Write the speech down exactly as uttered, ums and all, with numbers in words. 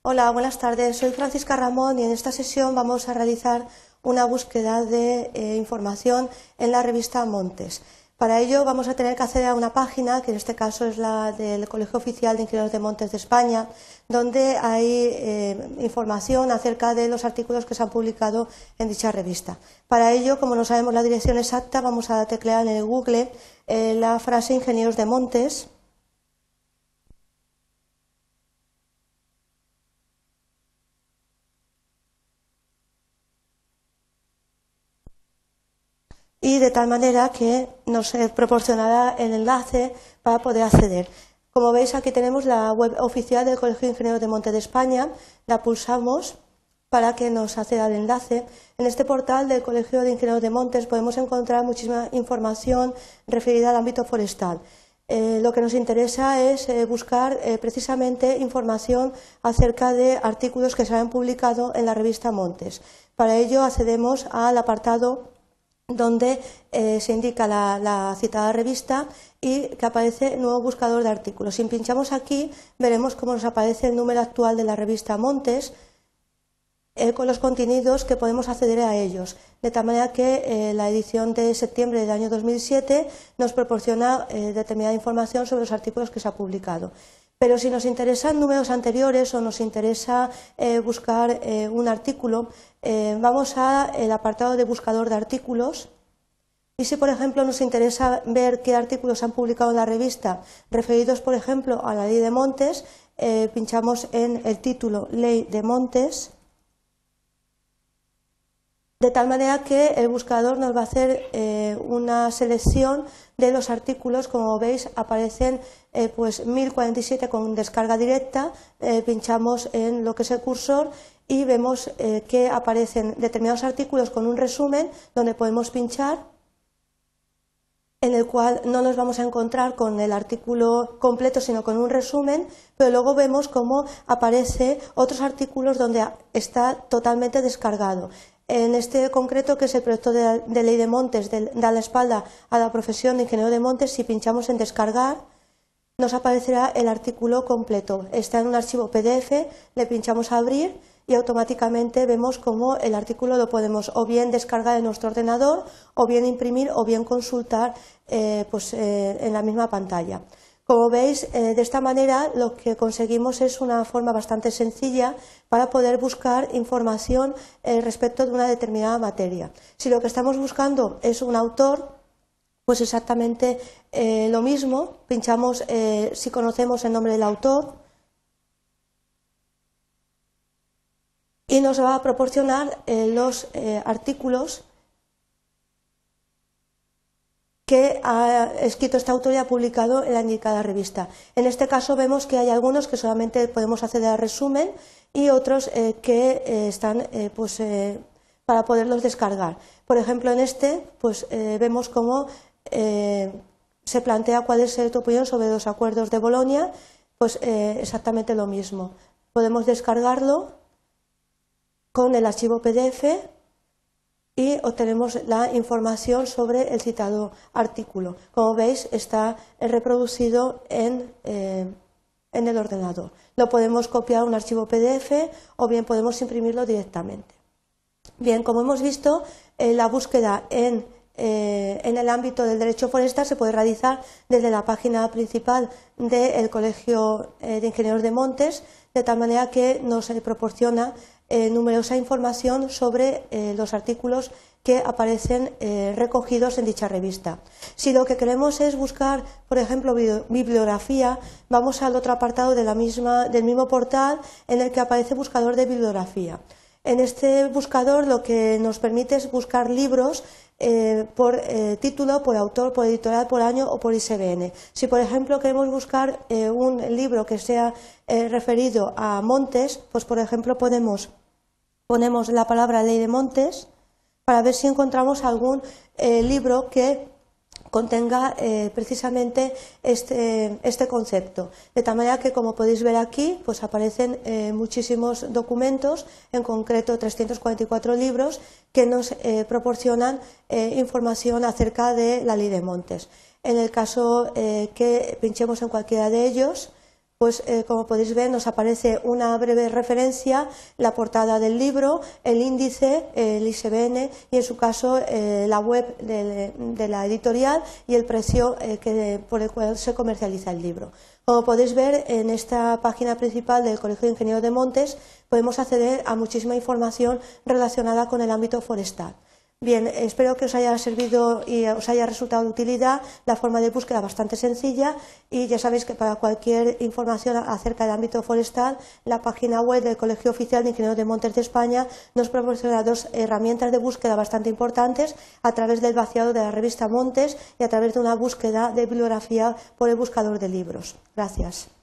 Hola, buenas tardes. Soy Francisca Ramón y en esta sesión vamos a realizar una búsqueda de eh, información en la revista Montes. Para ello vamos a tener que acceder a una página, que en este caso es la del Colegio Oficial de Ingenieros de Montes de España, donde hay eh, información acerca de los artículos que se han publicado en dicha revista. Para ello, como no sabemos la dirección exacta, vamos a teclear en el Google eh, la frase Ingenieros de Montes. Y de tal manera que nos proporcionará el enlace para poder acceder. Como veis, aquí tenemos la web oficial del Colegio de Ingenieros de Montes de España, la pulsamos para que nos acceda al enlace. En este portal del Colegio de Ingenieros de Montes podemos encontrar muchísima información referida al ámbito forestal. Eh, lo que nos interesa es eh, buscar eh, precisamente información acerca de artículos que se han publicado en la revista Montes. Para ello accedemos al apartado donde eh, se indica la, la citada revista y que aparece nuevo buscador de artículos. Si pinchamos aquí, veremos cómo nos aparece el número actual de la revista Montes eh, con los contenidos que podemos acceder a ellos. De tal manera que eh, la edición de septiembre del año dos mil siete nos proporciona eh, determinada información sobre los artículos que se ha publicado. Pero si nos interesan números anteriores o nos interesa eh, buscar eh, un artículo, eh, vamos al apartado de buscador de artículos y si, por ejemplo, nos interesa ver qué artículos han publicado en la revista referidos, por ejemplo, a la Ley de Montes, eh, pinchamos en el título Ley de Montes, de tal manera que el buscador nos va a hacer eh, una selección de los artículos. Como veis, aparecen eh, pues mil cuarenta y siete con descarga directa, eh, pinchamos en lo que es el cursor y vemos eh, que aparecen determinados artículos con un resumen donde podemos pinchar, en el cual no nos vamos a encontrar con el artículo completo, sino con un resumen, pero luego vemos cómo aparecen otros artículos donde está totalmente descargado. En este concreto, que es el proyecto de, de Ley de Montes, de, da la espalda a la profesión de ingeniero de montes, si pinchamos en descargar, nos aparecerá el artículo completo. Está en un archivo P D F, le pinchamos a abrir y automáticamente vemos cómo el artículo lo podemos o bien descargar en nuestro ordenador, o bien imprimir, o bien consultar eh, pues, eh, en la misma pantalla. Como veis, eh, de esta manera lo que conseguimos es una forma bastante sencilla para poder buscar información eh, respecto de una determinada materia. Si lo que estamos buscando es un autor, pues exactamente eh, lo mismo, pinchamos eh, si conocemos el nombre del autor y nos va a proporcionar eh, los eh, artículos que ha escrito este autor y ha publicado en la indicada revista. En este caso vemos que hay algunos que solamente podemos acceder al resumen y otros eh, que eh, están eh, pues, eh, para poderlos descargar. Por ejemplo, en este pues, eh, vemos cómo eh, se plantea cuál es tu opinión sobre los acuerdos de Bolonia, pues eh, exactamente lo mismo. Podemos descargarlo con el archivo P D F y obtenemos la información sobre el citado artículo. Como veis, está reproducido en, eh, en el ordenador. Lo podemos copiar a un archivo P D F o bien podemos imprimirlo directamente. Bien, como hemos visto, eh, la búsqueda en, eh, en el ámbito del derecho forestal se puede realizar desde la página principal del Colegio de Ingenieros de Montes, de tal manera que nos eh, proporciona Eh, numerosa información sobre eh, los artículos que aparecen eh, recogidos en dicha revista. Si lo que queremos es buscar, por ejemplo, bibliografía, vamos al otro apartado de la misma, del mismo portal en el que aparece buscador de bibliografía. En este buscador lo que nos permite es buscar libros eh, por eh, título, por autor, por editorial, por año o por I S B N. Si, por ejemplo, queremos buscar eh, un libro que sea eh, referido a Montes, pues, por ejemplo, podemos, ponemos la palabra Ley de Montes para ver si encontramos algún eh, libro que contenga eh, precisamente este, este concepto. De tal manera que, como podéis ver aquí, pues aparecen eh, muchísimos documentos, en concreto trescientos cuarenta y cuatro libros, que nos eh, proporcionan eh, información acerca de la Ley de Montes. En el caso eh, que pinchemos en cualquiera de ellos, pues eh, como podéis ver nos aparece una breve referencia, la portada del libro, el índice, el I S B N y en su caso eh, la web de, de la editorial y el precio eh, que, por el cual se comercializa el libro. Como podéis ver en esta página principal del Colegio de Ingenieros de Montes podemos acceder a muchísima información relacionada con el ámbito forestal. Bien, espero que os haya servido y os haya resultado de utilidad la forma de búsqueda bastante sencilla y ya sabéis que para cualquier información acerca del ámbito forestal la página web del Colegio Oficial de Ingenieros de Montes de España nos proporciona dos herramientas de búsqueda bastante importantes a través del vaciado de la revista Montes y a través de una búsqueda de bibliografía por el buscador de libros. Gracias.